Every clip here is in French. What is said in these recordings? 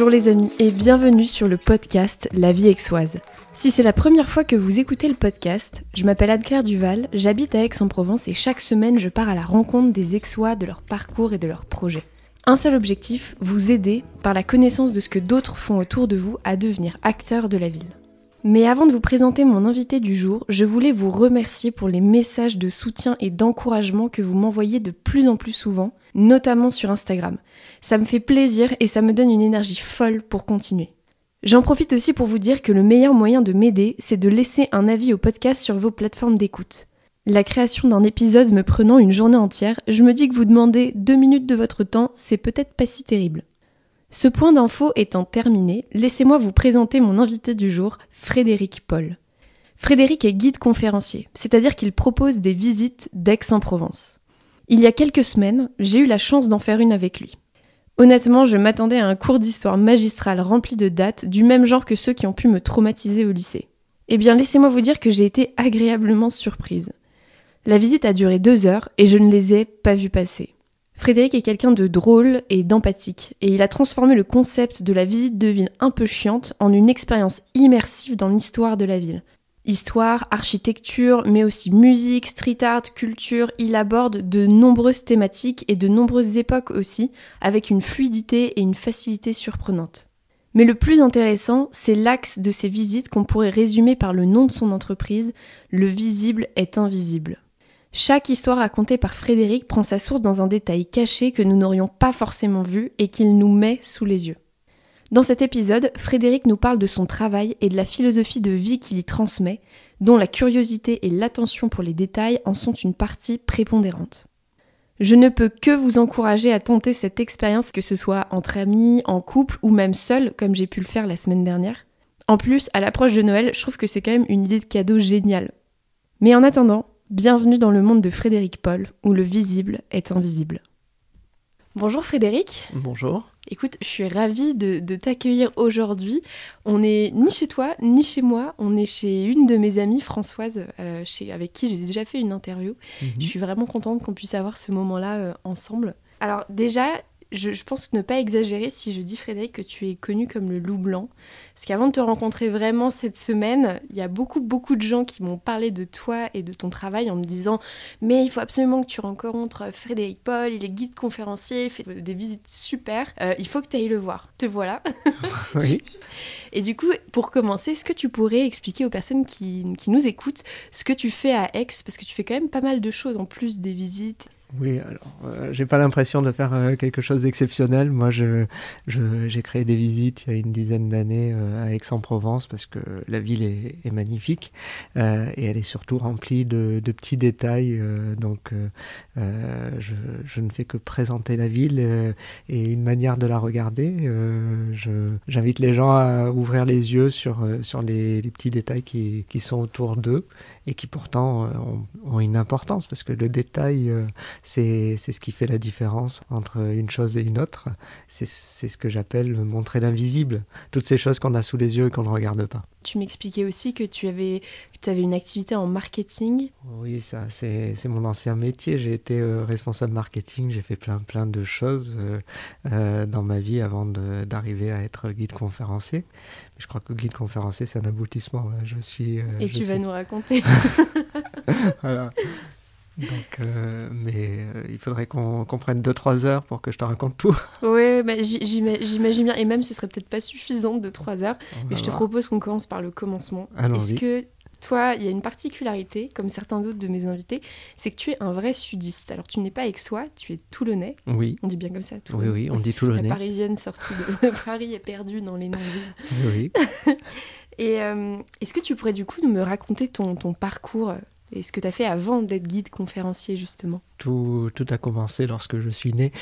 Bonjour les amis et bienvenue sur le podcast La vie aixoise. Si c'est la première fois que vous écoutez le podcast, je m'appelle Anne-Claire Duval, j'habite à Aix-en-Provence et chaque semaine je pars à la rencontre des Aixois, de leur parcours et de leurs projets. Un seul objectif, vous aider, par la connaissance de ce que d'autres font autour de vous, à devenir acteur de la ville. Mais avant de vous présenter mon invité du jour, je voulais vous remercier pour les messages de soutien et d'encouragement que vous m'envoyez de plus en plus souvent, notamment sur Instagram. Ça me fait plaisir et ça me donne une énergie folle pour continuer. J'en profite aussi pour vous dire que le meilleur moyen de m'aider, c'est de laisser un avis au podcast sur vos plateformes d'écoute. La création d'un épisode me prenant une journée entière, je me dis que vous demander 2 minutes de votre temps, c'est peut-être pas si terrible. Ce point d'info étant terminé, laissez-moi vous présenter mon invité du jour, Frédéric Paul. Frédéric est guide conférencier, c'est-à-dire qu'il propose des visites d'Aix-en-Provence. Il y a quelques semaines, j'ai eu la chance d'en faire une avec lui. Honnêtement, je m'attendais à un cours d'histoire magistrale rempli de dates, du même genre que ceux qui ont pu me traumatiser au lycée. Eh bien, laissez-moi vous dire que j'ai été agréablement surprise. La visite a duré 2 heures et je ne les ai pas vues passer. Frédéric est quelqu'un de drôle et d'empathique, et il a transformé le concept de la visite de ville un peu chiante en une expérience immersive dans l'histoire de la ville. Histoire, architecture, mais aussi musique, street art, culture, il aborde de nombreuses thématiques et de nombreuses époques aussi, avec une fluidité et une facilité surprenantes. Mais le plus intéressant, c'est l'axe de ces visites qu'on pourrait résumer par le nom de son entreprise, le visible est invisible. Chaque histoire racontée par Frédéric prend sa source dans un détail caché que nous n'aurions pas forcément vu et qu'il nous met sous les yeux. Dans cet épisode, Frédéric nous parle de son travail et de la philosophie de vie qu'il y transmet, dont la curiosité et l'attention pour les détails en sont une partie prépondérante. Je ne peux que vous encourager à tenter cette expérience, que ce soit entre amis, en couple ou même seul, comme j'ai pu le faire la semaine dernière. En plus, à l'approche de Noël, je trouve que c'est quand même une idée de cadeau géniale. Mais en attendant, bienvenue dans le monde de Frédéric Paul, où le visible est invisible. Bonjour Frédéric. Bonjour. Écoute, je suis ravie de t'accueillir aujourd'hui. On n'est ni chez toi, ni chez moi. On est chez une de mes amies, Françoise, avec qui j'ai déjà fait une interview. Je suis vraiment contente qu'on puisse avoir ce moment-là ensemble. Alors déjà, je pense ne pas exagérer si je dis, Frédéric, que tu es connu comme le loup blanc. Parce qu'avant de te rencontrer vraiment cette semaine, il y a beaucoup de gens qui m'ont parlé de toi et de ton travail en me disant « Mais il faut absolument que tu rencontres Frédéric Paul, il est guide conférencier, il fait des visites super, il faut que tu ailles le voir. » Te voilà. Oui. Et du coup, pour commencer, est-ce que tu pourrais expliquer aux personnes qui nous écoutent ce que tu fais à Aix? Parce que tu fais quand même pas mal de choses en plus des visites. Oui, alors, j'ai pas l'impression de faire quelque chose d'exceptionnel. Moi, j'ai créé des visites il y a une dizaine d'années à Aix-en-Provence parce que la ville est magnifique et elle est surtout remplie de petits détails. Donc, je ne fais que présenter la ville et une manière de la regarder. J'invite les gens à ouvrir les yeux sur les petits détails qui sont autour d'eux et qui pourtant ont une importance parce que le détail... C'est ce qui fait la différence entre une chose et une autre. C'est ce que j'appelle montrer l'invisible. Toutes ces choses qu'on a sous les yeux et qu'on ne regarde pas. Tu m'expliquais aussi que tu avais une activité en marketing. Oui, ça, c'est mon ancien métier. J'ai été responsable marketing. J'ai fait plein de choses dans ma vie avant d'arriver à être guide conférencier. Je crois que guide conférencier, c'est un aboutissement. Là. Tu vas nous raconter. Voilà. Donc, il faudrait qu'on prenne 2-3 heures pour que je te raconte tout. Oui, bah, j'imagine bien. Et même, ce serait peut-être pas suffisant de 3 heures. Mais je te propose qu'on commence par le commencement. Allons-y. Est-ce que toi, il y a une particularité, comme certains d'autres de mes invités, c'est que tu es un vrai sudiste. Alors, tu n'es pas aixois, tu es toulonnais. Oui. On dit bien comme ça, Toulonnais. Oui, on dit toulonnais. La parisienne sortie de Paris est perdue dans les noms de villes. Oui. Et est-ce que tu pourrais du coup me raconter ton parcours et ce que tu as fait avant d'être guide conférencier, justement? Tout a commencé lorsque je suis né.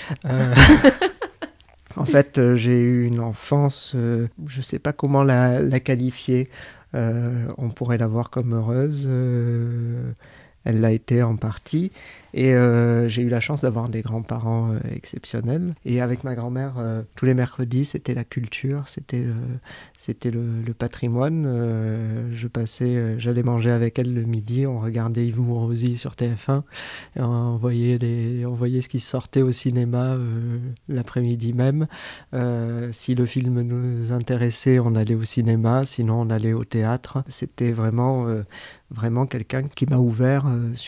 En fait, j'ai eu une enfance, je ne sais pas comment la qualifier. On pourrait la voir comme heureuse. elle l'a été en partie. Et j'ai eu la chance d'avoir des grands-parents exceptionnels. Et avec ma grand-mère, tous les mercredis, c'était la culture, c'était le patrimoine. J'allais manger avec elle le midi, on regardait Yves Mourouzi sur TF1, et on voyait ce qui sortait au cinéma l'après-midi même. Si le film nous intéressait, on allait au cinéma, sinon on allait au théâtre. C'était vraiment quelqu'un qui m'a ouvert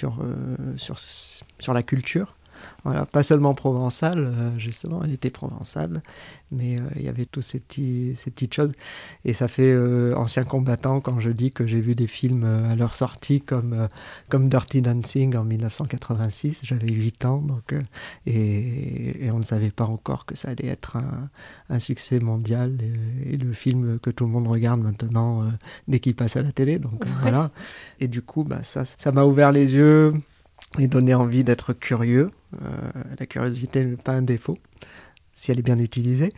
sur la culture. Voilà, pas seulement provençale, justement, elle était provençale, mais il y avait tous ces petites choses. Et ça fait ancien combattant quand je dis que j'ai vu des films à leur sortie comme Dirty Dancing en 1986. J'avais 8 ans, donc, et on ne savait pas encore que ça allait être un succès mondial et le film que tout le monde regarde maintenant dès qu'il passe à la télé. Donc voilà. Et du coup, ça m'a ouvert les yeux et donné envie d'être curieux. La curiosité n'est pas un défaut, si elle est bien utilisée.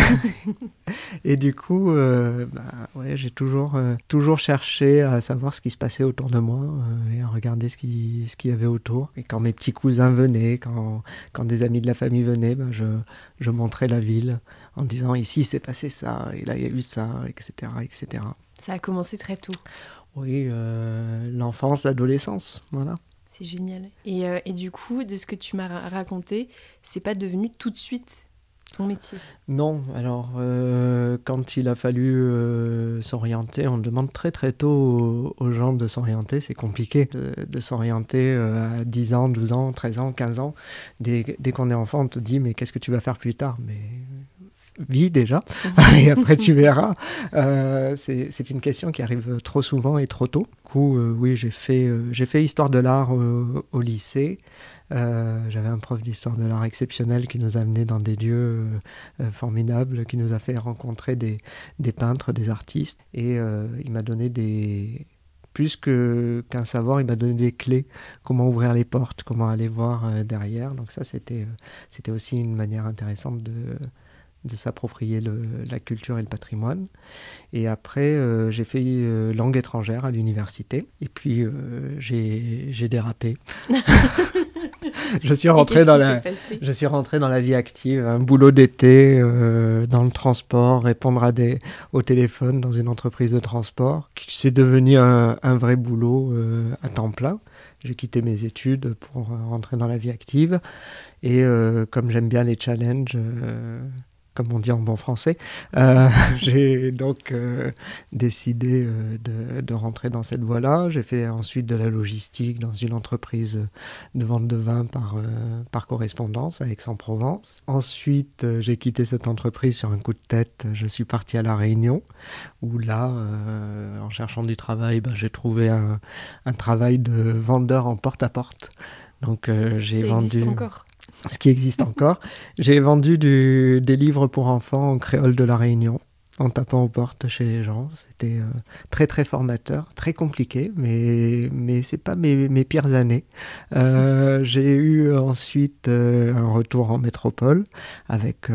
Et du coup, j'ai toujours cherché à savoir ce qui se passait autour de moi et à regarder ce qu'il y avait autour. Et quand mes petits cousins venaient, quand des amis de la famille venaient, je montrais la ville en disant ici il s'est passé ça, et là il y a eu ça, etc., etc. Ça a commencé très tôt. Oui, l'enfance, l'adolescence, voilà. C'est génial. Et du coup, de ce que tu m'as raconté, c'est pas devenu tout de suite ton métier? Non, alors quand il a fallu s'orienter, on demande très très tôt aux gens de s'orienter. C'est compliqué de s'orienter à 10 ans, 12 ans, 13 ans, 15 ans. Dès qu'on est enfant, on te dit mais qu'est-ce que tu vas faire plus tard? Mais vis déjà, et après tu verras. C'est une question qui arrive trop souvent et trop tôt. Du coup, oui, j'ai fait histoire de l'art au lycée. J'avais un prof d'histoire de l'art exceptionnel qui nous a amenés dans des lieux formidables, qui nous a fait rencontrer des peintres, des artistes, et il m'a donné plus qu'un savoir, il m'a donné des clés, comment ouvrir les portes, comment aller voir derrière. Donc ça, c'était aussi une manière intéressante de s'approprier la culture et le patrimoine. Et après, j'ai fait langue étrangère à l'université. Et puis, j'ai dérapé. Je suis rentré dans la vie active, un boulot d'été dans le transport, répondre au téléphone dans une entreprise de transport. C'est devenu un vrai boulot à temps plein. J'ai quitté mes études pour rentrer dans la vie active. Et comme j'aime bien les challenges, comme on dit en bon français, j'ai donc décidé de rentrer dans cette voie-là. J'ai fait ensuite de la logistique dans une entreprise de vente de vin par correspondance à Aix-en-Provence. Ensuite, j'ai quitté cette entreprise sur un coup de tête. Je suis parti à La Réunion, où là, en cherchant du travail, j'ai trouvé un travail de vendeur en porte-à-porte. Donc j'ai vendu... Ça existe encore. Ce qui existe encore. J'ai vendu des livres pour enfants en créole de La Réunion, en tapant aux portes chez les gens. C'était très très formateur, très compliqué, mais c'est pas mes pires années. J'ai eu ensuite un retour en métropole avec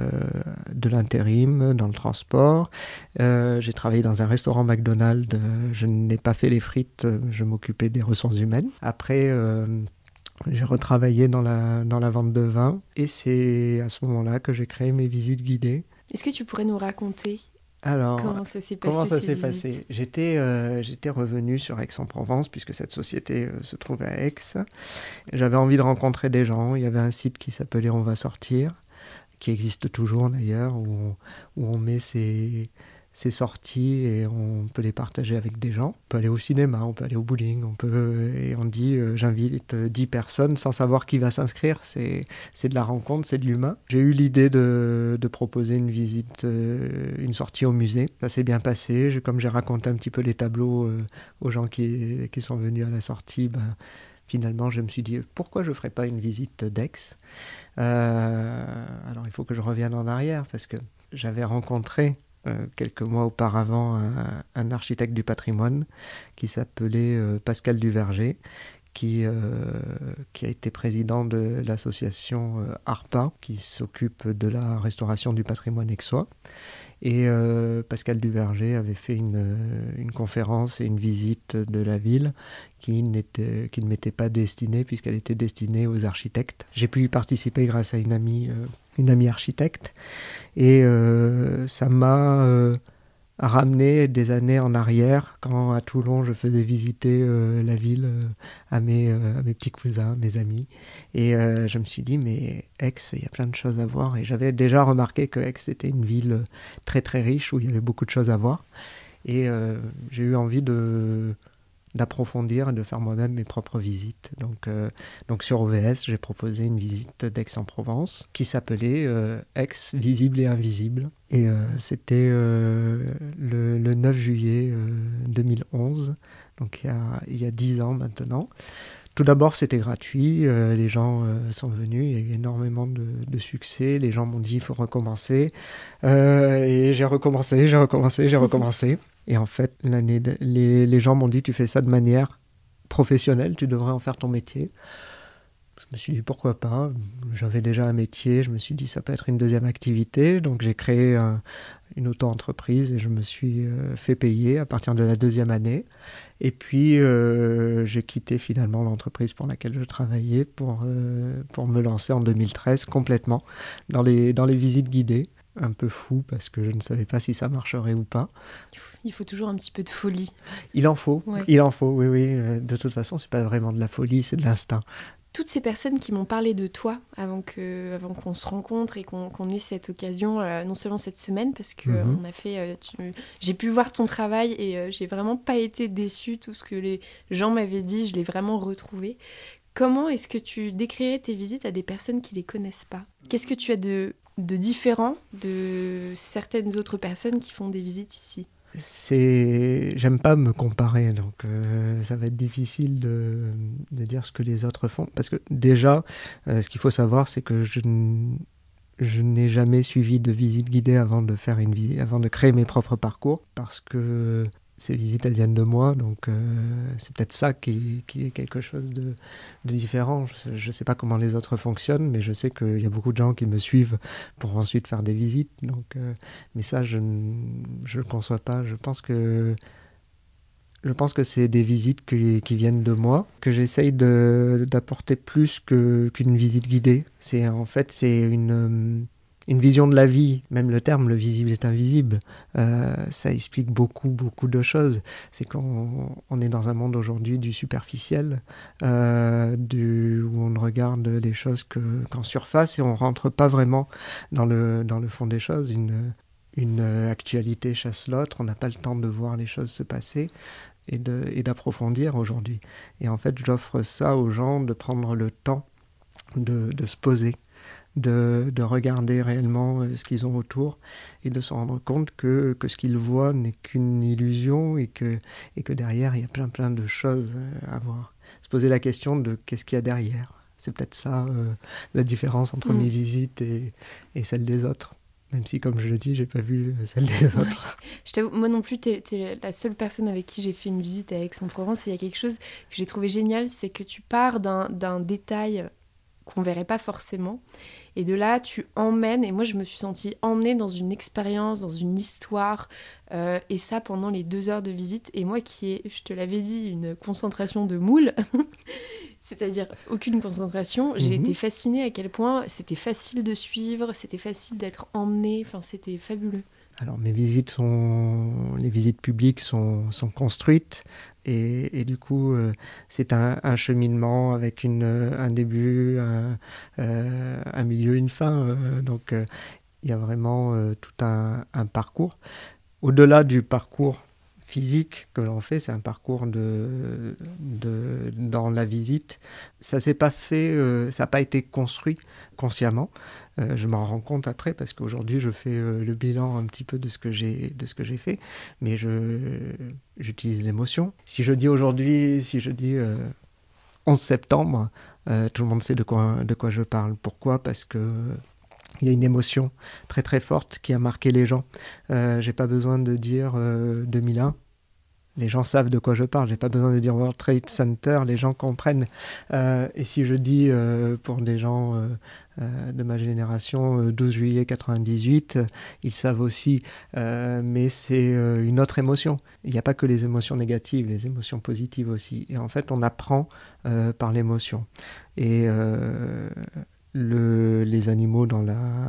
de l'intérim dans le transport. J'ai travaillé dans un restaurant McDonald's. Je n'ai pas fait les frites, je m'occupais des ressources humaines. Après... j'ai retravaillé dans la vente de vin et c'est à ce moment-là que j'ai créé mes visites guidées. Est-ce que tu pourrais nous raconter comment ça s'est passé? Comment ça s'est passé? J'étais revenu sur Aix-en-Provence puisque cette société se trouvait à Aix. J'avais envie de rencontrer des gens. Il y avait un site qui s'appelait On va sortir, qui existe toujours d'ailleurs, où on met ses sorties et on peut les partager avec des gens. On peut aller au cinéma, on peut aller au bowling, et on dit j'invite 10 personnes sans savoir qui va s'inscrire. C'est de la rencontre, c'est de l'humain. J'ai eu l'idée de proposer une visite, une sortie au musée. Ça s'est bien passé. Comme j'ai raconté un petit peu les tableaux aux gens qui sont venus à la sortie, finalement je me suis dit pourquoi je ne ferais pas une visite d'Aix. Alors il faut que je revienne en arrière parce que j'avais rencontré quelques mois auparavant un architecte du patrimoine qui s'appelait Pascal Duverger, qui a été président de l'association ARPA, qui s'occupe de la restauration du patrimoine aixois. Et Pascal Duverger avait fait une conférence et une visite de la ville qui ne m'était pas destinée, puisqu'elle était destinée aux architectes. J'ai pu y participer grâce à une amie architecte, et ça m'a ramené des années en arrière, quand à Toulon je faisais visiter la ville à mes petits cousins, mes amis, et je me suis dit, mais Aix, il y a plein de choses à voir, et j'avais déjà remarqué que Aix était une ville très très riche où il y avait beaucoup de choses à voir, et j'ai eu envie d'approfondir et de faire moi-même mes propres visites. Donc sur OVS, j'ai proposé une visite d'Aix-en-Provence qui s'appelait Aix, visible et invisible. Et c'était le 9 juillet 2011, donc il y a 10 ans maintenant. Tout d'abord, c'était gratuit, les gens sont venus, il y a eu énormément de succès, les gens m'ont dit il faut recommencer, et j'ai recommencé. Et en fait, les gens m'ont dit tu fais ça de manière professionnelle, tu devrais en faire ton métier. Je me suis dit pourquoi pas, j'avais déjà un métier, je me suis dit ça peut être une deuxième activité, donc j'ai créé une auto-entreprise et je me suis fait payer à partir de la deuxième année. Et puis j'ai quitté finalement l'entreprise pour laquelle je travaillais pour me lancer en 2013 complètement dans les visites guidées. Un peu fou parce que je ne savais pas si ça marcherait ou pas. Il faut toujours un petit peu de folie. Il en faut, oui. De toute façon, c'est pas vraiment de la folie, c'est de l'instinct. Toutes ces personnes qui m'ont parlé de toi avant qu'on se rencontre et qu'on ait cette occasion, non seulement cette semaine, parce que on a fait, j'ai pu voir ton travail et j'ai vraiment pas été déçue. Tout ce que les gens m'avaient dit, je l'ai vraiment retrouvé. Comment est-ce que tu décrirais tes visites à des personnes qui les connaissent pas ? Qu'est-ce que tu as de différent de certaines autres personnes qui font des visites ici ? J'aime pas me comparer, donc ça va être difficile de dire ce que les autres font, parce que déjà, ce qu'il faut savoir, c'est que je n'ai jamais suivi de visite guidée avant de créer mes propres parcours, parce que ces visites, elles viennent de moi, donc c'est peut-être ça qui est quelque chose de différent. Je ne sais pas comment les autres fonctionnent, mais je sais qu'il y a beaucoup de gens qui me suivent pour ensuite faire des visites. Donc, mais ça, je ne le conçois pas. Je pense que c'est des visites qui viennent de moi, que j'essaye d'apporter plus qu'une visite guidée. C'est une vision de la vie, même le terme, le visible est invisible, ça explique beaucoup, beaucoup de choses. C'est qu'on est dans un monde aujourd'hui du superficiel, où on ne regarde les choses qu'en surface et on ne rentre pas vraiment dans le fond des choses. Une actualité chasse l'autre, on n'a pas le temps de voir les choses se passer et d'approfondir aujourd'hui. Et en fait, j'offre ça aux gens, de prendre le temps de se poser, de regarder réellement ce qu'ils ont autour et de se rendre compte que ce qu'ils voient n'est qu'une illusion et que derrière il y a plein de choses à voir. Se poser la question de qu'est-ce qu'il y a derrière. C'est peut-être ça la différence entre mes visites et celles des autres. Même si, comme je le dis, j'ai pas vu celle des autres. Je t'avoue, moi non plus, t'es la seule personne avec qui j'ai fait une visite à Aix-en-Provence. Et il y a quelque chose que j'ai trouvé génial, c'est que tu pars d'un détail qu'on verrait pas forcément. Et de là, tu emmènes, et moi je me suis sentie emmenée dans une expérience, dans une histoire, et ça pendant les 2 heures de visite. Et moi qui ai, je te l'avais dit, une concentration de moule, c'est-à-dire aucune concentration, j'ai été fascinée à quel point c'était facile de suivre, c'était facile d'être emmenée, enfin c'était fabuleux. Alors les visites publiques sont construites et du coup c'est un cheminement avec un début, un milieu, une fin. Donc il y a vraiment tout un parcours. Au-delà du parcours physique que l'on fait, c'est un parcours dans la visite. Ça s'est pas fait, ça n'a pas été construit consciemment. Je m'en rends compte après parce qu'aujourd'hui je fais le bilan un petit peu de ce que j'ai fait, mais j'utilise l'émotion. Si je dis 11 septembre, tout le monde sait de quoi je parle. Pourquoi ? Parce que il y a une émotion très très forte qui a marqué les gens. J'ai pas besoin de dire 2001. Les gens savent de quoi je parle. J'ai pas besoin de dire World Trade Center. Les gens comprennent. Et si je dis pour des gens de ma génération 12 juillet 98, ils savent aussi. Mais c'est une autre émotion. Il n'y a pas que les émotions négatives, les émotions positives aussi. Et en fait, on apprend par l'émotion. Et les animaux dans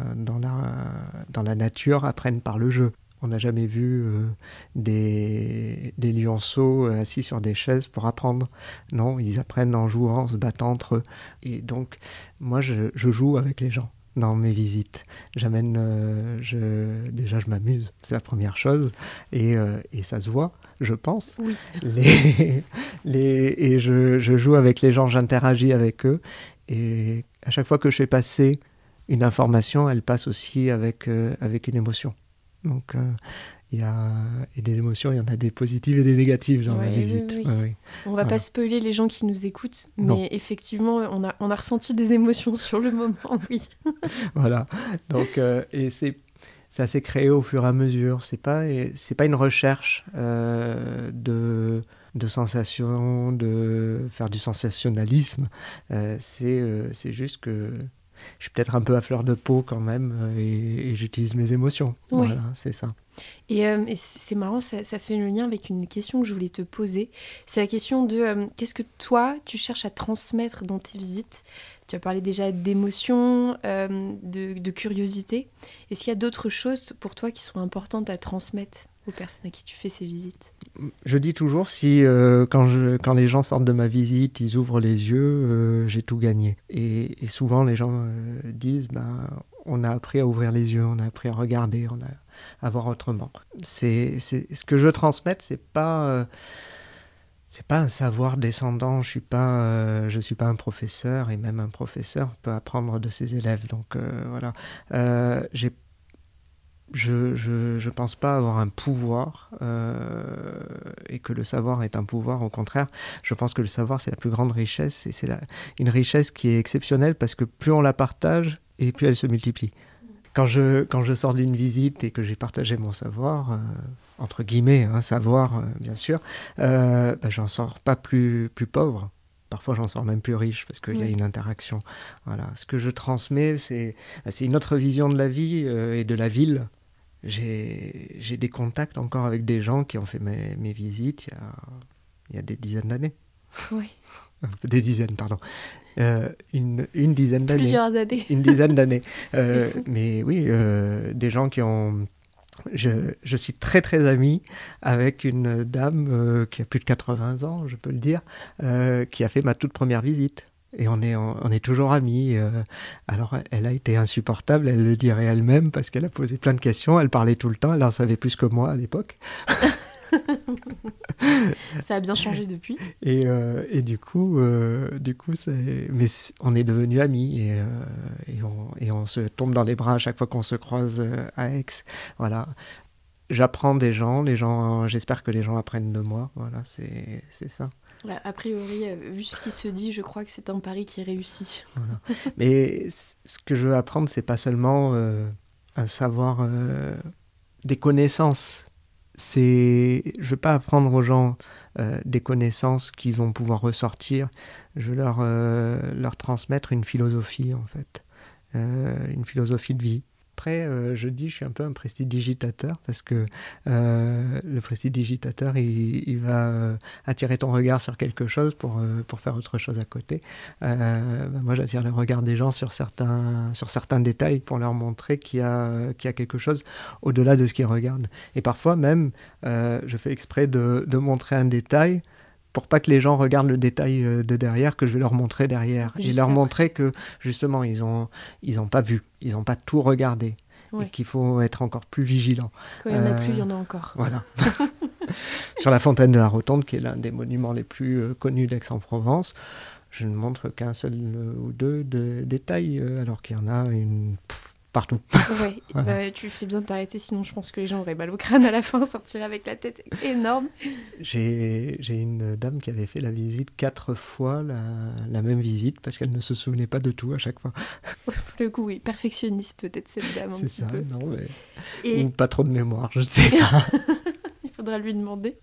la nature apprennent par le jeu. On n'a jamais vu des lionceaux assis sur des chaises pour apprendre. Non, ils apprennent en jouant, en se battant entre eux. Et donc, moi, je joue avec les gens dans mes visites. Déjà, je m'amuse, c'est la première chose. Et ça se voit, je pense. Oui. Et je joue avec les gens, j'interagis avec eux. Et à chaque fois que je fais passer une information, elle passe aussi avec une émotion. Donc, il y a des émotions, il y en a des positives et des négatives dans la visite. Oui. Ouais. On va pas spoiler les gens qui nous écoutent, mais effectivement, on a ressenti des émotions sur le moment, oui. Voilà. Donc, et ça s'est créé au fur et à mesure. C'est pas une recherche de sensations, de faire du sensationnalisme. C'est juste que je suis peut-être un peu à fleur de peau quand même et j'utilise mes émotions. Ouais. Voilà, c'est ça. Et c'est marrant, ça fait le lien avec une question que je voulais te poser. C'est la question de qu'est-ce que toi, tu cherches à transmettre dans tes visites ? Tu as parlé déjà d'émotion, de curiosité. Est-ce qu'il y a d'autres choses pour toi qui sont importantes à transmettre aux personnes à qui tu fais ces visites ? Je dis toujours, si quand les gens sortent de ma visite, ils ouvrent les yeux, j'ai tout gagné. Et souvent, les gens disent, on a appris à ouvrir les yeux, on a appris à regarder, à voir autrement. C'est ce que je veux transmettre, c'est pas un savoir descendant. Je suis pas un professeur, et même un professeur peut apprendre de ses élèves. Donc voilà. Je pense pas avoir un pouvoir et que le savoir est un pouvoir. Au contraire, je pense que le savoir, c'est la plus grande richesse, et c'est une richesse qui est exceptionnelle parce que plus on la partage et plus elle se multiplie. Quand je sors d'une visite et que j'ai partagé mon savoir, entre guillemets, savoir bien sûr, j'en sors pas plus pauvre. Parfois, j'en sors même plus riche parce qu'il y a une interaction. Voilà. Ce que je transmets, c'est une autre vision de la vie et de la ville. J'ai des contacts encore avec des gens qui ont fait mes visites il y a des dizaines d'années. Oui. Des dizaines, pardon. Une dizaine d'années. Plusieurs années. Une dizaine d'années. Fou. Mais oui, des gens qui ont... Je suis très très ami avec une dame qui a plus de 80 ans, je peux le dire, qui a fait ma toute première visite. Et on est toujours amis. Alors, elle a été insupportable, elle le dirait elle-même, parce qu'elle a posé plein de questions, elle parlait tout le temps, elle en savait plus que moi à l'époque. Ça a bien changé depuis. Et du coup, mais on est devenus amis et on se tombe dans les bras à chaque fois qu'on se croise à Aix. Voilà. J'apprends des gens, j'espère que les gens apprennent de moi. Voilà, c'est ça. A priori, vu ce qui se dit, je crois que c'est un pari qui est réussi. Voilà. Mais ce que je veux apprendre, c'est pas seulement un savoir, des connaissances. Je veux pas apprendre aux gens des connaissances qui vont pouvoir ressortir. Je veux leur transmettre une philosophie, en fait, une philosophie de vie. Après, je suis un peu un prestidigitateur parce que le prestidigitateur, il va attirer ton regard sur quelque chose pour faire autre chose à côté. Moi, j'attire le regard des gens sur certains détails pour leur montrer qu'il y a quelque chose au-delà de ce qu'ils regardent. Et parfois même, je fais exprès de montrer un détail pour pas que les gens regardent le détail de derrière, que je vais leur montrer derrière. Juste et leur après. montrer que, justement, ils ont pas vu, ils n'ont pas tout regardé. Ouais. Et qu'il faut être encore plus vigilant. Quand il n'y en a plus, il y en a encore. Voilà. Sur la fontaine de la Rotonde, qui est l'un des monuments les plus connus d'Aix-en-Provence, je ne montre qu'un seul ou deux détails, alors qu'il y en a partout. Ouais, voilà. Tu fais bien de t'arrêter, sinon je pense que les gens auraient mal au crâne à la fin, sortiraient avec la tête énorme. J'ai une dame qui avait fait la visite 4 fois, la même visite, parce qu'elle ne se souvenait pas de tout à chaque fois. Le coup, oui, perfectionniste peut-être cette dame un C'est petit ça, peu. non, mais... Ou pas trop de mémoire, je ne sais pas. Il faudra lui demander.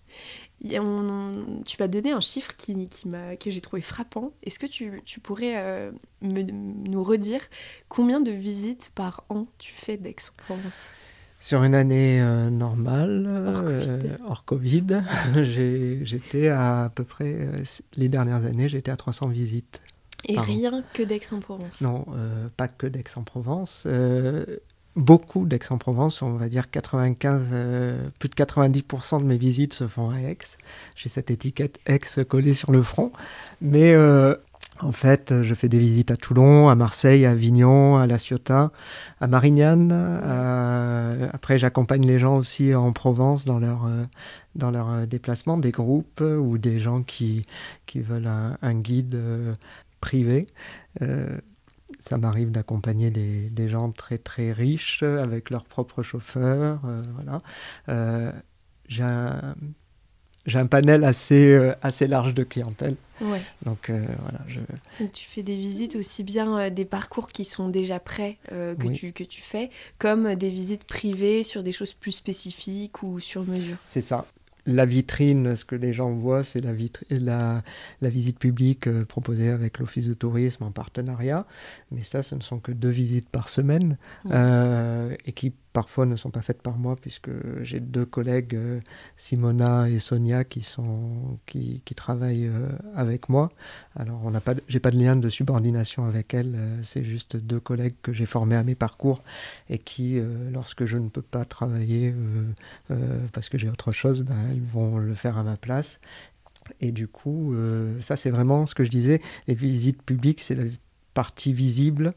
Tu m'as donné un chiffre que j'ai trouvé frappant. Est-ce que tu pourrais nous redire combien de visites par an tu fais d'Aix-en-Provence? Sur une année normale, Hors Covid. j'étais à peu près, les dernières années, j'étais à 300 visites Et par an. rien que d'Aix-en-Provence? Non, pas que d'Aix-en-Provence. Beaucoup d'Aix-en-Provence, on va dire 95, plus de 90% de mes visites se font à Aix. J'ai cette étiquette Aix collée sur le front. Mais en fait, je fais des visites à Toulon, à Marseille, à Avignon, à La Ciotat, à Marignane. Après, j'accompagne les gens aussi en Provence dans leur déplacement, des groupes ou des gens qui veulent un guide privé. Ça m'arrive d'accompagner des gens très très riches avec leurs propres chauffeurs. Voilà. J'ai un panel assez large de clientèle. Ouais. Donc voilà. Donc, tu fais des visites aussi bien des parcours qui sont déjà prêts que tu fais, comme des visites privées sur des choses plus spécifiques ou sur mesure. C'est ça. La vitrine, ce que les gens voient, c'est la visite publique proposée avec l'Office de tourisme en partenariat. Mais ça, ce ne sont que 2 visites par semaine et qui parfois ne sont pas faites par moi puisque j'ai 2 collègues, Simona et Sonia, qui travaillent avec moi. Alors, j'ai pas de lien de subordination avec elles. C'est juste 2 collègues que j'ai formés à mes parcours et qui, lorsque je ne peux pas travailler parce que j'ai autre chose, ils vont le faire à ma place. Et du coup, ça c'est vraiment ce que je disais, les visites publiques, c'est la partie visible,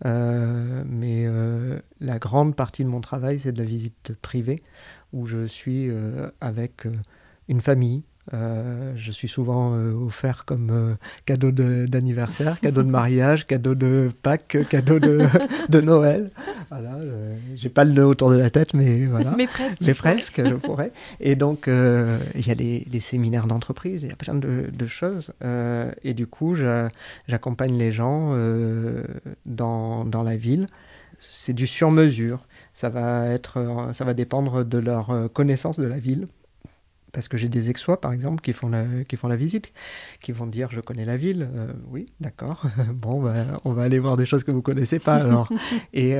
mais la grande partie de mon travail, c'est de la visite privée, où je suis avec une famille. Je suis souvent offert comme cadeau d'anniversaire, cadeau de mariage, cadeau de Pâques, cadeau de Noël. Voilà, j'ai pas le nœud autour de la tête, mais voilà. Mais presque. Mais presque, je pourrais. Et donc, il y a les séminaires d'entreprise, il y a plein de choses. Et du coup, j'accompagne les gens dans la ville. C'est du sur-mesure. Ça va dépendre de leur connaissance de la ville. Parce que j'ai des Aixois, par exemple, qui font la visite, qui vont dire je connais la ville. Oui, d'accord. Bon, on va aller voir des choses que vous connaissez pas alors. Et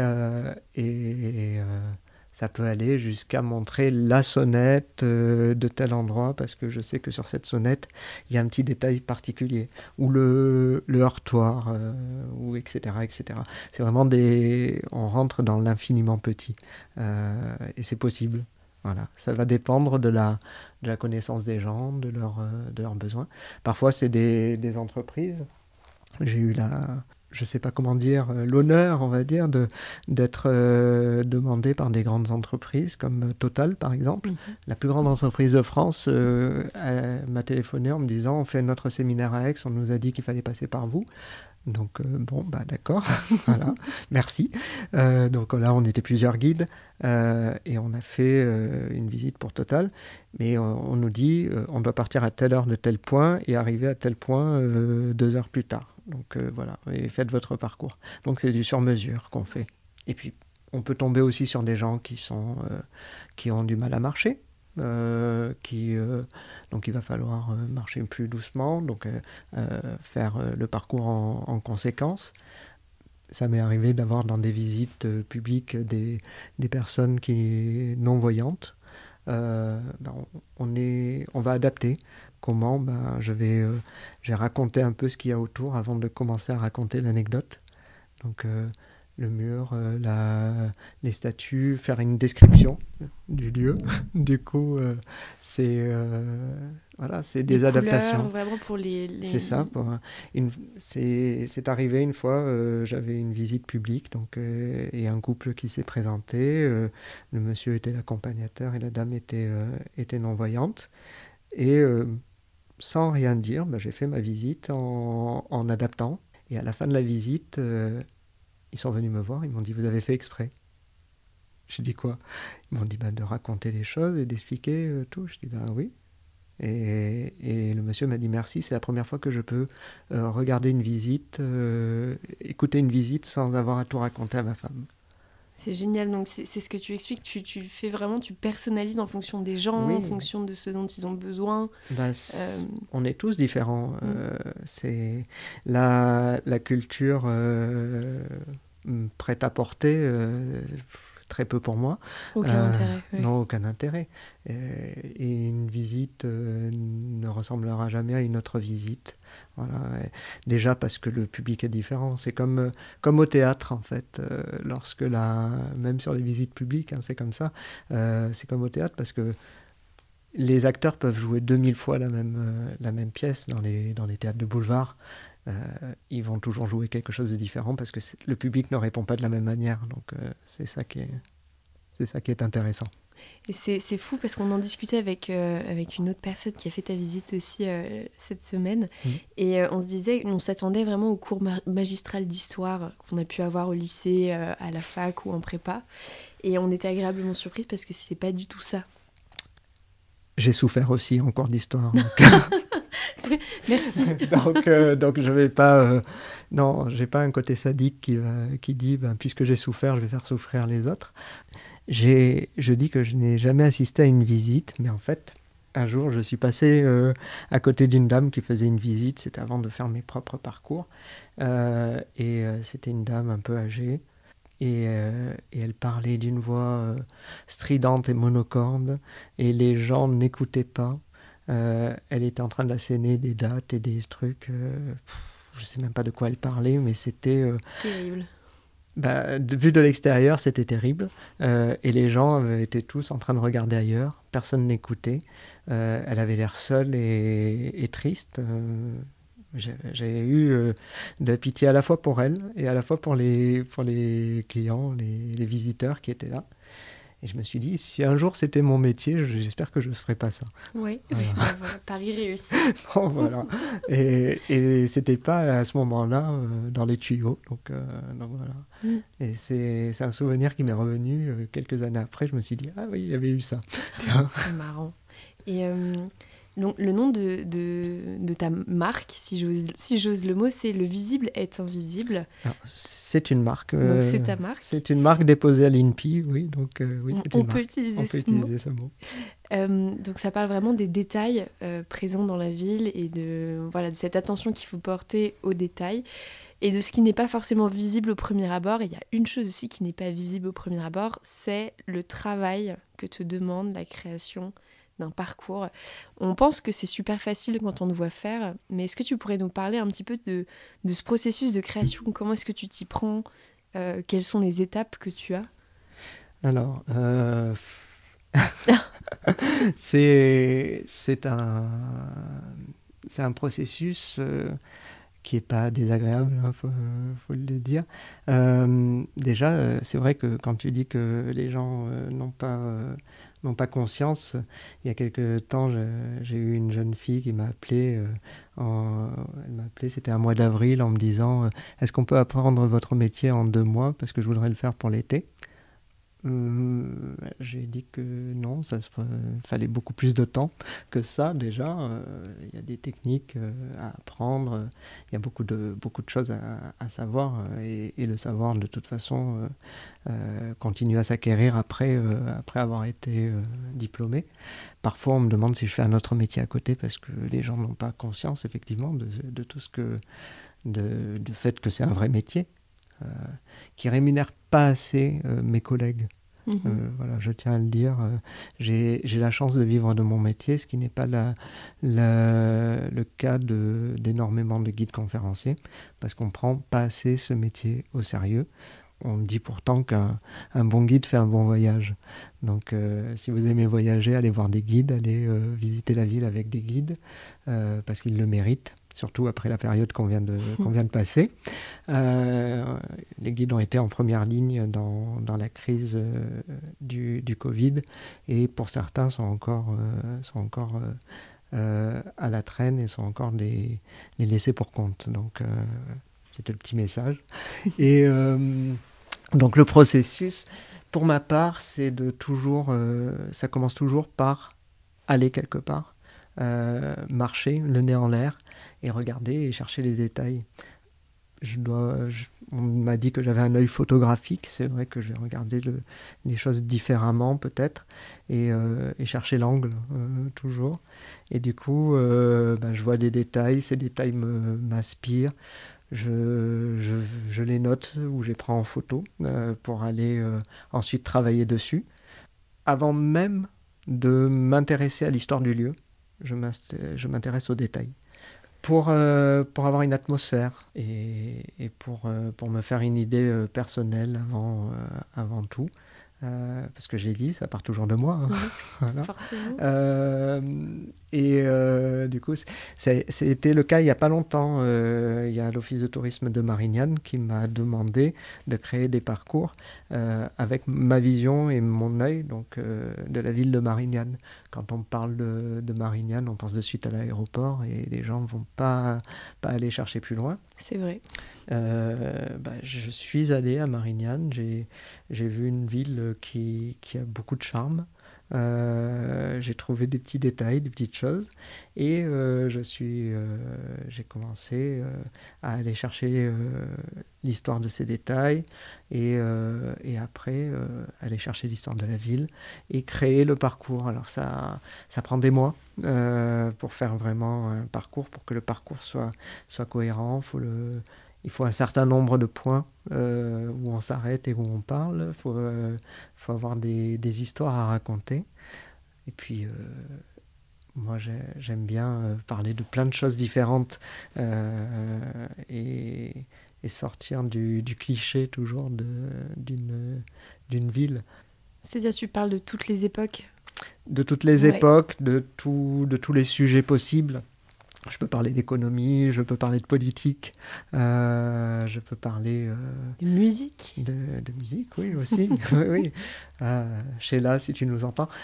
ça peut aller jusqu'à montrer la sonnette de tel endroit parce que je sais que sur cette sonnette il y a un petit détail particulier ou le heurtoir ou etc etc. C'est vraiment on rentre dans l'infiniment petit et c'est possible. Voilà, ça va dépendre de la connaissance des gens, de leurs besoins. Parfois, c'est des entreprises. J'ai eu je ne sais pas comment dire, l'honneur, on va dire, d'être demandé par des grandes entreprises comme Total, par exemple. La plus grande entreprise de France m'a téléphoné en me disant on fait notre séminaire à Aix, on nous a dit qu'il fallait passer par vous. Donc d'accord, voilà, merci. Donc là, on était plusieurs guides et on a fait une visite pour Total. Mais on nous dit, on doit partir à telle heure de tel point et arriver à tel point 2 heures plus tard. Donc voilà, et faites votre parcours. Donc c'est du sur-mesure qu'on fait. Et puis, on peut tomber aussi sur des gens qui ont du mal à marcher. Donc il va falloir marcher plus doucement, donc faire le parcours en conséquence. Ça m'est arrivé d'avoir dans des visites publiques des personnes non-voyantes. On va adapter. Comment j'ai raconté un peu ce qu'il y a autour avant de commencer à raconter l'anecdote. Donc le mur, les statues, faire une description du lieu. Du coup, c'est des adaptations. Vraiment pour les... C'est ça. C'est arrivé une fois, j'avais une visite publique et un couple qui s'est présenté. Le monsieur était l'accompagnateur et la dame était non-voyante. Et sans rien dire, j'ai fait ma visite en adaptant. Et à la fin de la visite... ils sont venus me voir, ils m'ont dit « Vous avez fait exprès ?» J'ai dit « Quoi ?» Ils m'ont dit « De raconter les choses et d'expliquer tout. » Je dis « Oui. » Et le monsieur m'a dit « Merci, c'est la première fois que je peux regarder une visite, écouter une visite sans avoir à tout raconter à ma femme. » C'est génial, donc c'est ce que tu expliques, tu fais vraiment, tu personnalises en fonction des gens, en Oui, fonction de ce dont ils ont besoin. bah, Euh, on est tous différents. mm, C'est la culture prête-à-porter, très peu pour moi. aucun intérêt, oui. Non, aucun intérêt. Et une visite ne ressemblera jamais à une autre visite. Voilà. Et déjà parce que le public est différent. C'est comme au théâtre, en fait. Même sur les visites publiques, hein, c'est comme ça. C'est comme au théâtre parce que les acteurs peuvent jouer 2000 fois la même pièce dans les théâtres de boulevard. Euh, Ils vont toujours jouer quelque chose de différent parce que le public ne répond pas de la même manière. Donc c'est ça qui est intéressant. Et c'est fou parce qu'on en discutait avec une autre personne qui a fait ta visite aussi cette semaine. Mhm. Et on se disait, on s'attendait vraiment au cours magistral d'histoire qu'on a pu avoir au lycée, à la fac ou en prépa. Et on était agréablement surprise parce que c'était pas du tout ça. J'ai souffert aussi en cours d'histoire. Merci. Donc je vais pas... non, j'ai pas un côté sadique qui dit, ben, puisque j'ai souffert, je vais faire souffrir les autres. Je dis que je n'ai jamais assisté à une visite, mais en fait, un jour, je suis passé à côté d'une dame qui faisait une visite, c'était avant de faire mes propres parcours, c'était une dame un peu âgée, et elle parlait d'une voix stridente et monocorde, et les gens n'écoutaient pas. Elle était en train d'asséner des dates et des trucs, je sais même pas de quoi elle parlait, mais c'était... Terrible. Bah, vu de l'extérieur, c'était terrible. Et les gens étaient tous en train de regarder ailleurs. Personne n'écoutait. Elle avait l'air seule et triste. J'ai eu de la pitié à la fois pour elle et à la fois pour les clients, les visiteurs qui étaient là. Et je me suis dit, si un jour c'était mon métier, j'espère que je ne ferais pas ça. Oui, Voilà. voilà, pari réussi. Bon, voilà. Et c'était pas à ce moment-là dans les tuyaux. Donc voilà. Mm. Et c'est un souvenir qui m'est revenu quelques années après. Je me suis dit, ah oui, il y avait eu ça. Tiens. C'est marrant. Et donc, le nom de ta marque, si j'ose le mot, c'est Le visible est invisible. Alors, c'est une marque. Donc c'est ta marque. C'est une marque déposée à l'INPI, oui. Donc oui, c'est On une peut marque. utiliser On peut ce mot. utiliser ce mot. Donc ça parle vraiment des détails présents dans la ville et voilà, de cette attention qu'il faut porter aux détails et de ce qui n'est pas forcément visible au premier abord. Et il y a une chose aussi qui n'est pas visible au premier abord, c'est le travail que te demande la création d'un parcours. On pense que c'est super facile quand on te voit faire, mais est-ce que tu pourrais nous parler un petit peu de ce processus de création? Comment est-ce que tu t'y prends? Quelles sont les étapes que tu as? Alors, c'est un processus qui est pas désagréable, hein, faut le dire. Déjà, c'est vrai que quand tu dis que les gens n'ont pas conscience, il y a quelque temps, j'ai eu une jeune fille qui m'a appelé, elle m'a appelé, c'était un mois d'avril, en me disant est-ce qu'on peut apprendre votre métier en 2 mois parce que je voudrais le faire pour l'été. J'ai dit que non, fallait beaucoup plus de temps que ça déjà. Il y a des techniques à apprendre, il y a beaucoup de choses à savoir et le savoir de toute façon continue à s'acquérir après avoir été diplômé. Parfois on me demande si je fais un autre métier à côté parce que les gens n'ont pas conscience effectivement de tout ce que du fait que c'est un vrai métier. Qui rémunère pas assez mes collègues. Voilà, je tiens à le dire. J'ai la chance de vivre de mon métier, ce qui n'est pas le cas d'énormément de guides conférenciers, parce qu'on ne prend pas assez ce métier au sérieux. On dit pourtant qu'un bon guide fait un bon voyage. Donc si vous aimez voyager, allez voir des guides, allez visiter la ville avec des guides, parce qu'ils le méritent. Surtout après la période qu'on vient de passer. Les guides ont été en première ligne dans la crise du Covid et pour certains sont encore à la traîne et sont encore les laissés pour compte. Donc c'était le petit message. Et donc le processus, pour ma part, c'est de toujours, ça commence toujours par aller quelque part, marcher le nez en l'air, et regarder et chercher les détails. On m'a dit que j'avais un œil photographique. C'est vrai que je vais regarder les choses différemment peut-être et chercher l'angle toujours. Et du coup, je vois des détails. Ces détails m'inspirent. Je les note ou je les prends en photo pour aller ensuite travailler dessus. Avant même de m'intéresser à l'histoire du lieu, je m'intéresse aux détails. Pour avoir une atmosphère et pour me faire une idée personnelle avant tout. Parce que je l'ai dit, ça part toujours de moi. Oui, voilà. forcément. Du coup, c'était le cas il n'y a pas longtemps. Il y a l'Office de tourisme de Marignane qui m'a demandé de créer des parcours avec ma vision et mon œil donc, de la ville de Marignane. Quand on parle de Marignane, on pense de suite à l'aéroport et les gens ne vont pas aller chercher plus loin. C'est vrai. Je suis allé à Marignane, j'ai vu une ville qui a beaucoup de charme. J'ai trouvé des petits détails, des petites choses, et j'ai commencé à aller chercher l'histoire de ces détails, et après aller chercher l'histoire de la ville et créer le parcours. Alors ça prend des mois pour faire vraiment un parcours, pour que le parcours soit cohérent. Il faut un certain nombre de points où on s'arrête et où on parle. Faut avoir des histoires à raconter. Et puis, moi, j'aime bien parler de plein de choses différentes et sortir du cliché toujours d'une ville. C'est-à-dire, tu parles de toutes les époques. De toutes les époques, de tous les sujets possibles. Je peux parler d'économie, je peux parler de politique, je peux parler... de musique. De musique, oui, aussi. oui. Sheila, si tu nous entends.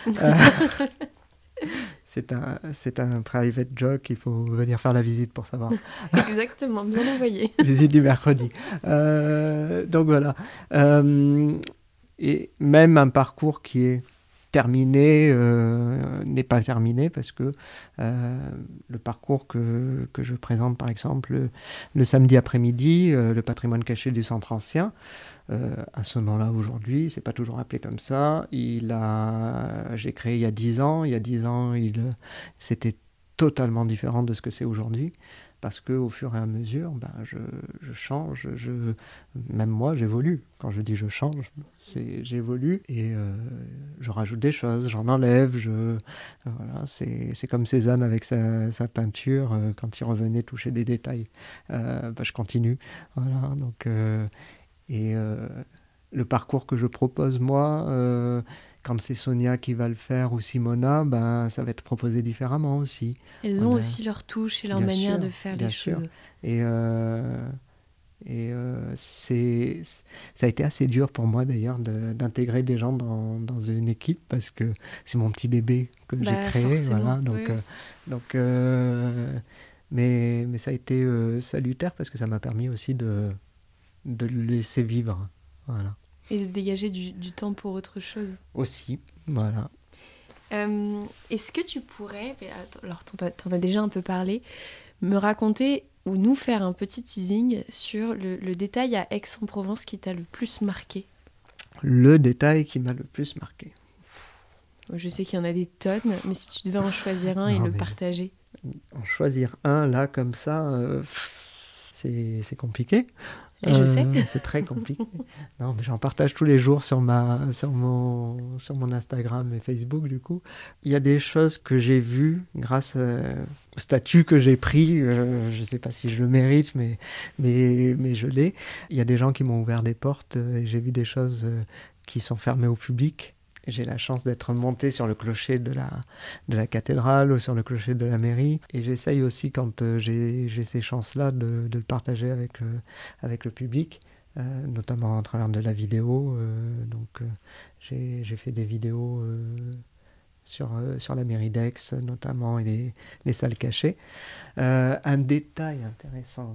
C'est un private joke, il faut venir faire la visite pour savoir. Exactement, bien envoyé. Visite du mercredi. Donc voilà. Et même un parcours qui est terminé n'est pas terminé parce que le parcours que je présente par exemple le samedi après-midi, le patrimoine caché du centre ancien, à ce nom-là aujourd'hui, c'est pas toujours appelé comme ça. J'ai créé il y a 10 ans. Il y a 10 ans, c'était totalement différent de ce que c'est aujourd'hui. Parce qu'au fur et à mesure, je change, même moi j'évolue. Quand je dis je change, j'évolue et je rajoute des choses, j'en enlève. Voilà, c'est comme Cézanne avec sa peinture, quand il revenait toucher des détails. Je continue. Voilà, donc, le parcours que je propose moi, quand c'est Sonia qui va le faire ou Simona, ça va être proposé différemment aussi. Elles ont aussi leur touche et leur manière de faire les choses. Et ça a été assez dur pour moi d'ailleurs d'intégrer des gens dans une équipe parce que c'est mon petit bébé que j'ai créé. Voilà, mais ça a été salutaire parce que ça m'a permis aussi de le laisser vivre. Voilà. Et de dégager du temps pour autre chose. Aussi, voilà. Est-ce que tu pourrais, alors t'en as déjà un peu parlé, me raconter ou nous faire un petit teasing sur le détail à Aix-en-Provence qui t'a le plus marqué? Le détail qui m'a le plus marqué. Je sais qu'il y en a des tonnes, mais si tu devais en choisir un et le partager. En choisir un, là, comme ça, c'est compliqué. Je sais. C'est très compliqué. Non, mais j'en partage tous les jours sur mon Instagram et Facebook, du coup. Il y a des choses que j'ai vues grâce au statut que j'ai pris. Je ne sais pas si je le mérite, mais je l'ai. Il y a des gens qui m'ont ouvert des portes et j'ai vu des choses qui sont fermées au public. J'ai la chance d'être monté sur le clocher de la cathédrale ou sur le clocher de la mairie. Et j'essaye aussi, quand j'ai ces chances-là, de le partager avec le public, notamment à travers de la vidéo. J'ai fait des vidéos sur la mairie d'Aix, notamment, et les salles cachées. Un détail intéressant,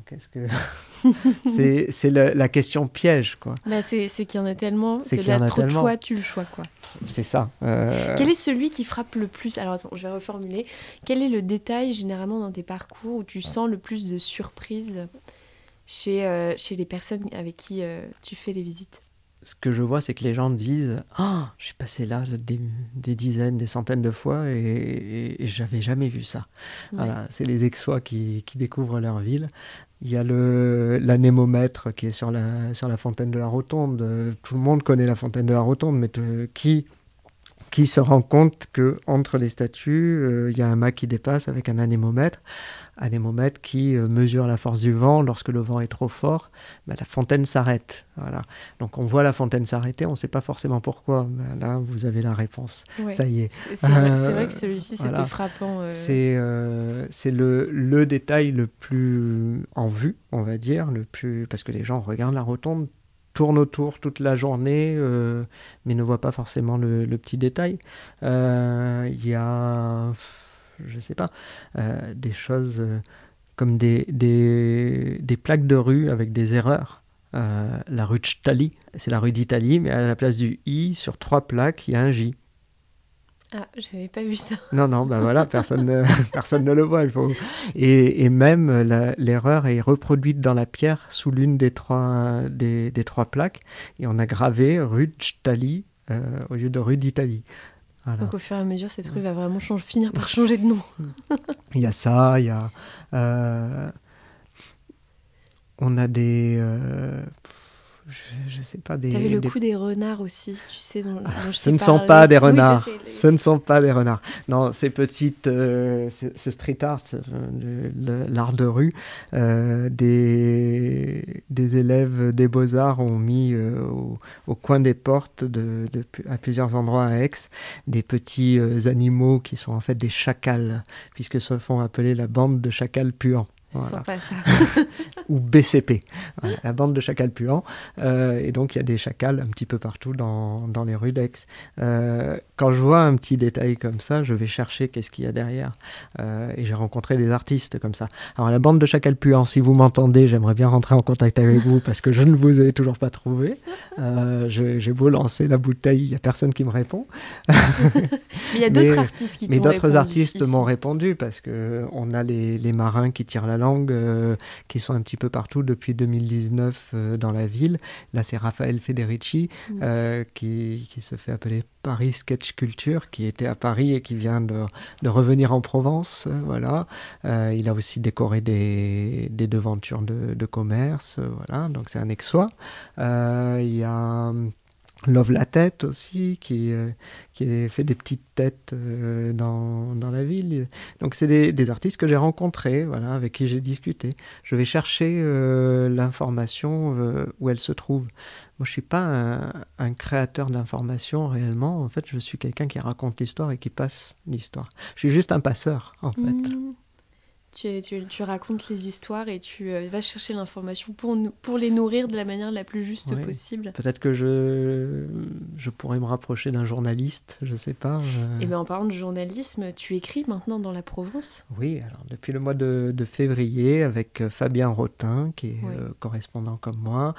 c'est la question piège, quoi. C'est qu'il y en a tellement, que là, trop de choix, tu le choix, quoi. C'est ça. Quel est celui qui frappe le plus? Alors attends, je vais reformuler. Quel est le détail, généralement, dans tes parcours où tu sens le plus de surprise chez les personnes avec qui tu fais les visites? Ce que je vois, c'est que les gens disent « Ah, je suis passé là des dizaines, des centaines de fois et j'avais jamais vu ça. » Ouais. Voilà, c'est les Aixois qui découvrent leur ville. Il y a l'anémomètre qui est sur la fontaine de la Rotonde. Tout le monde connaît la fontaine de la Rotonde, mais qui se rend compte qu'entre les statues, il y a un mât qui dépasse avec un anémomètre qui mesure la force du vent. Lorsque le vent est trop fort, la fontaine s'arrête. Voilà. Donc on voit la fontaine s'arrêter, on ne sait pas forcément pourquoi. Là, vous avez la réponse. Ouais. Ça y est. C'est vrai que celui-ci, voilà. c'était frappant. C'est le détail le plus en vue, on va dire, parce que les gens regardent la rotonde, tourne autour toute la journée, mais ne voit pas forcément le petit détail. Il y a, je sais pas, des choses comme des plaques de rue avec des erreurs. La rue Tali, c'est la rue d'Italie, mais à la place du I, sur 3 plaques, il y a un J. Ah, j'avais pas vu ça. Non, voilà, personne ne le voit. Et même l'erreur est reproduite dans la pierre sous l'une des 3 plaques. Et on a gravé rue d'Italie au lieu de rue d'Italie. Voilà. Donc au fur et à mesure, cette rue va vraiment finir par changer de nom. Il y a ça, il y a... on a des... je sais pas, T'avais le coup des renards aussi, tu sais, dont je ce ne sont pas des renards. Oui, je sais, ce ne sont pas des renards. Non, ces petites, ce street art, l'art de rue, des élèves des Beaux-Arts ont mis au coin des portes à plusieurs endroits à Aix des petits animaux qui sont en fait des chacals, puisque se font appeler la bande de chacals puants. C'est voilà. sympa ça. Ou BCP, voilà, la bande de chacals puants. Et donc il y a des chacals un petit peu partout dans les rues d'Aix. Quand je vois un petit détail comme ça, je vais chercher qu'est-ce qu'il y a derrière. Et j'ai rencontré des artistes comme ça. Alors la bande de chacals puants, si vous m'entendez, j'aimerais bien rentrer en contact avec vous parce que je ne vous ai toujours pas trouvé. J'ai beau lancer la bouteille, il n'y a personne qui me répond. Mais il y a d'autres artistes qui t'ont répondu. Mais d'autres artistes m'ont répondu parce qu'on a les marins qui tirent la langue, qui sont un petit peu partout depuis 2019 dans la ville. Là, c'est Raphaël Federici qui se fait appeler Paris Sketch Culture, qui était à Paris et qui vient de revenir en Provence. Voilà. Il a aussi décoré des devantures de commerce. Voilà. Donc, c'est un Aixois. Il y a Love la tête aussi, qui fait des petites têtes dans la ville. Donc c'est des artistes que j'ai rencontrés, voilà, avec qui j'ai discuté. Je vais chercher l'information où elle se trouve. Moi, je suis pas un créateur d'information réellement. En fait, je suis quelqu'un qui raconte l'histoire et qui passe l'histoire. Je suis juste un passeur, en fait. Tu racontes les histoires et tu vas chercher l'information pour les nourrir de la manière la plus juste possible. Peut-être que je pourrais me rapprocher d'un journaliste, je sais pas. Et bien en parlant de journalisme, tu écris maintenant dans la Provence ? Oui, alors depuis le mois de février avec Fabien Rotin, qui est correspondant comme moi.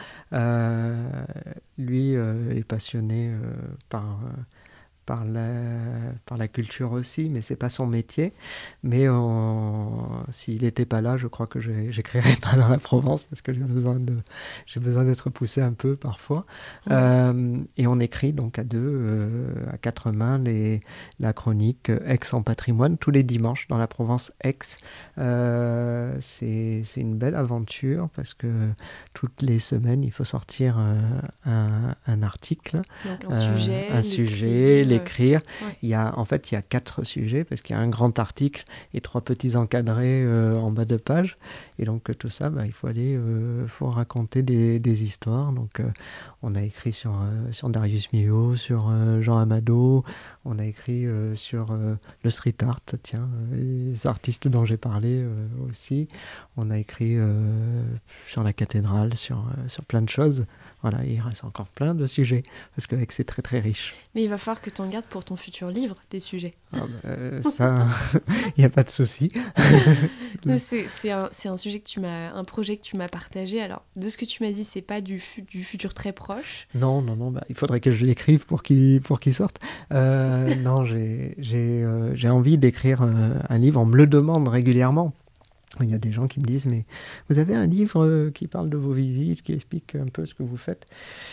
Lui est passionné par la culture aussi, mais c'est pas son métier. Mais s'il n'était pas là, je crois que j'écrirais pas dans la Provence parce que j'ai besoin d'être poussé un peu parfois. Et on écrit donc à 4 mains la chronique Aix en patrimoine tous les dimanches dans la Provence Aix. C'est une belle aventure parce que toutes les semaines il faut sortir un article, donc un sujet, l'écrire. Il y a 4 sujets parce qu'il y a un grand article et 3 petits encadrés en bas de page. Et donc tout ça, il faut raconter des histoires. Donc on a écrit sur Darius Milhaud, sur Jean Amado, on a écrit sur le street art, les artistes dont j'ai parlé aussi. On a écrit sur la cathédrale, sur plein de choses. Voilà, il reste encore plein de sujets, parce que c'est très très riche. Mais il va falloir que tu en gardes pour ton futur livre, des sujets. Ça, il n'y a pas de souci. C'est un sujet un projet que tu m'as partagé. Alors, de ce que tu m'as dit, c'est pas du futur très proche. Non, il faudrait que je l'écrive pour qu'il sorte. Non, j'ai envie d'écrire un livre, on me le demande régulièrement. Il y a des gens qui me disent, mais vous avez un livre qui parle de vos visites, qui explique un peu ce que vous faites?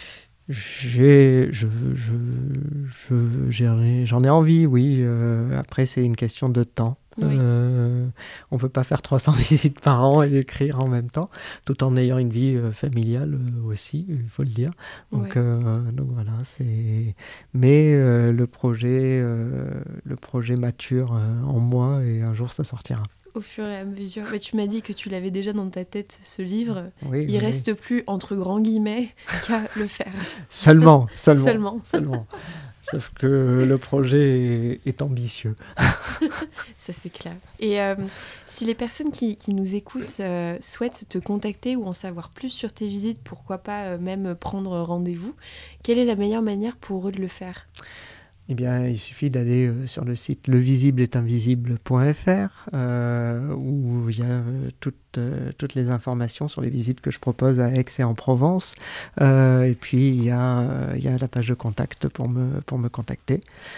J'en ai envie, oui. Après, c'est une question de temps. Oui. On peut pas faire 300 visites par an et écrire en même temps, tout en ayant une vie familiale aussi, il faut le dire. Donc voilà, Mais le projet mature en moi et un jour ça sortira. Au fur et à mesure. Mais tu m'as dit que tu l'avais déjà dans ta tête, ce livre. Oui, Il reste plus, entre grands guillemets, qu'à le faire. Seulement. Seulement. Sauf que le projet est ambitieux. Ça, c'est clair. Et si les personnes qui nous écoutent souhaitent te contacter ou en savoir plus sur tes visites, pourquoi pas même prendre rendez-vous, quelle est la meilleure manière pour eux de le faire ? Eh bien, il suffit d'aller sur le site levisibleestinvisible.fr où il y a toutes les informations sur les visites que je propose à Aix et en Provence. Et puis, il y a la page de contact pour me contacter.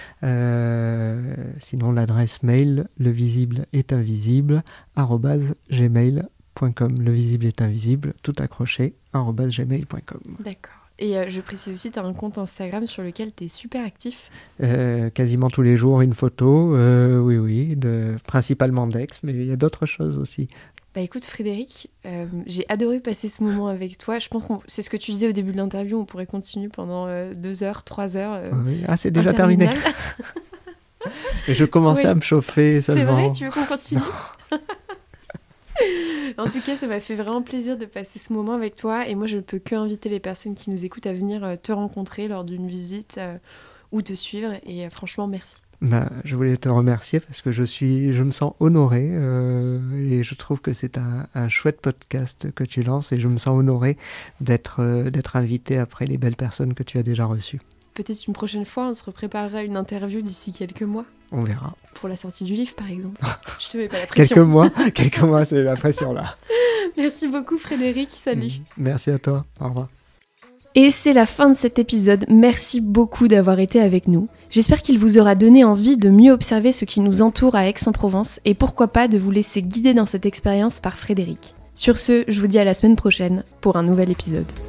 Sinon, l'adresse mail levisibleestinvisible@gmail.com. Levisibleestinvisible, tout accroché, @gmail.com. D'accord. Et je précise aussi, tu as un compte Instagram sur lequel tu es super actif. Quasiment tous les jours, une photo, oui, principalement d'Aix, mais il y a d'autres choses aussi. Bah écoute Frédéric, j'ai adoré passer ce moment avec toi. Je pense que c'est ce que tu disais au début de l'interview, on pourrait continuer pendant 2 heures, 3 heures. Oui. Ah, c'est déjà terminé. Et je commençais à me chauffer seulement. C'est vrai, tu veux qu'on continue? En tout cas, ça m'a fait vraiment plaisir de passer ce moment avec toi. Et moi, je ne peux que inviter les personnes qui nous écoutent à venir te rencontrer lors d'une visite ou te suivre. Et franchement, merci. Je voulais te remercier parce que je me sens honoré et je trouve que c'est un chouette podcast que tu lances et je me sens honoré d'être invité après les belles personnes que tu as déjà reçues. Peut-être une prochaine fois, on se préparera une interview d'ici quelques mois. On verra. Pour la sortie du livre, par exemple. Je te mets pas la pression. Quelques mois, c'est la pression là. Merci beaucoup Frédéric, salut. Merci à toi, au revoir. Et c'est la fin de cet épisode. Merci beaucoup d'avoir été avec nous. J'espère qu'il vous aura donné envie de mieux observer ce qui nous entoure à Aix-en-Provence et pourquoi pas de vous laisser guider dans cette expérience par Frédéric. Sur ce, je vous dis à la semaine prochaine pour un nouvel épisode.